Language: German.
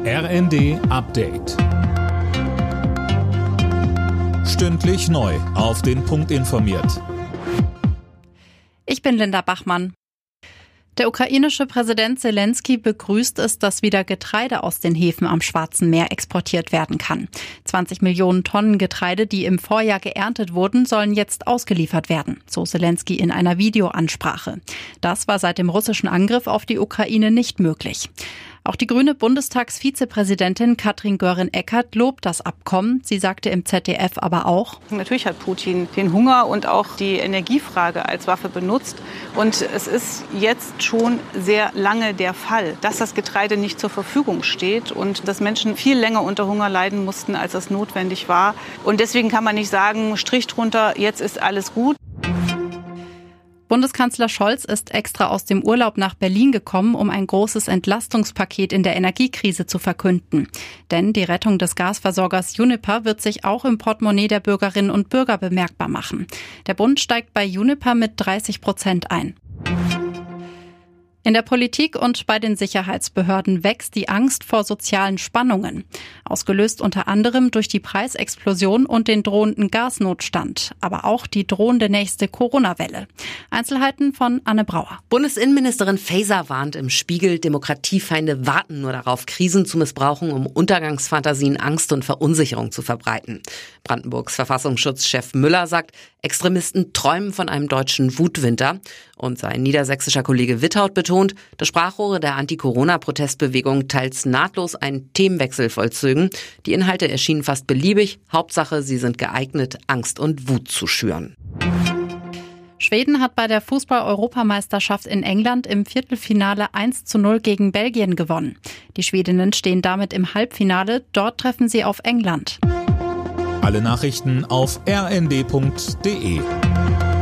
RND Update. Stündlich neu auf den Punkt informiert. Ich bin Linda Bachmann. Der ukrainische Präsident Selenskyj begrüßt es, dass wieder Getreide aus den Häfen am Schwarzen Meer exportiert werden kann. 20 Millionen Tonnen Getreide, die im Vorjahr geerntet wurden, sollen jetzt ausgeliefert werden, so Selenskyj in einer Videoansprache. Das war seit dem russischen Angriff auf die Ukraine nicht möglich. Auch die grüne Bundestagsvizepräsidentin Katrin Göring-Eckardt lobt das Abkommen. Sie sagte im ZDF aber auch: Natürlich hat Putin den Hunger und auch die Energiefrage als Waffe benutzt. Und es ist jetzt schon sehr lange der Fall, dass das Getreide nicht zur Verfügung steht und dass Menschen viel länger unter Hunger leiden mussten, als es notwendig war. Und deswegen kann man nicht sagen, Strich drunter, jetzt ist alles gut. Bundeskanzler Scholz ist extra aus dem Urlaub nach Berlin gekommen, um ein großes Entlastungspaket in der Energiekrise zu verkünden. Denn die Rettung des Gasversorgers Uniper wird sich auch im Portemonnaie der Bürgerinnen und Bürger bemerkbar machen. Der Bund steigt bei Uniper mit 30% ein. In der Politik und bei den Sicherheitsbehörden wächst die Angst vor sozialen Spannungen. Ausgelöst unter anderem durch die Preisexplosion und den drohenden Gasnotstand, aber auch die drohende nächste Corona-Welle. Einzelheiten von Anne Brauer. Bundesinnenministerin Faeser warnt im Spiegel, Demokratiefeinde warten nur darauf, Krisen zu missbrauchen, um Untergangsfantasien, Angst und Verunsicherung zu verbreiten. Brandenburgs Verfassungsschutzchef Müller sagt, Extremisten träumen von einem deutschen Wutwinter. Und sein niedersächsischer Kollege Witthaut betont, das Sprachrohr der Anti-Corona-Protestbewegung teils nahtlos einen Themenwechsel vollzögen. Die Inhalte erschienen fast beliebig. Hauptsache, sie sind geeignet, Angst und Wut zu schüren. Schweden hat bei der Fußball-Europameisterschaft in England im Viertelfinale 1:0 gegen Belgien gewonnen. Die Schwedinnen stehen damit im Halbfinale. Dort treffen sie auf England. Alle Nachrichten auf rnd.de.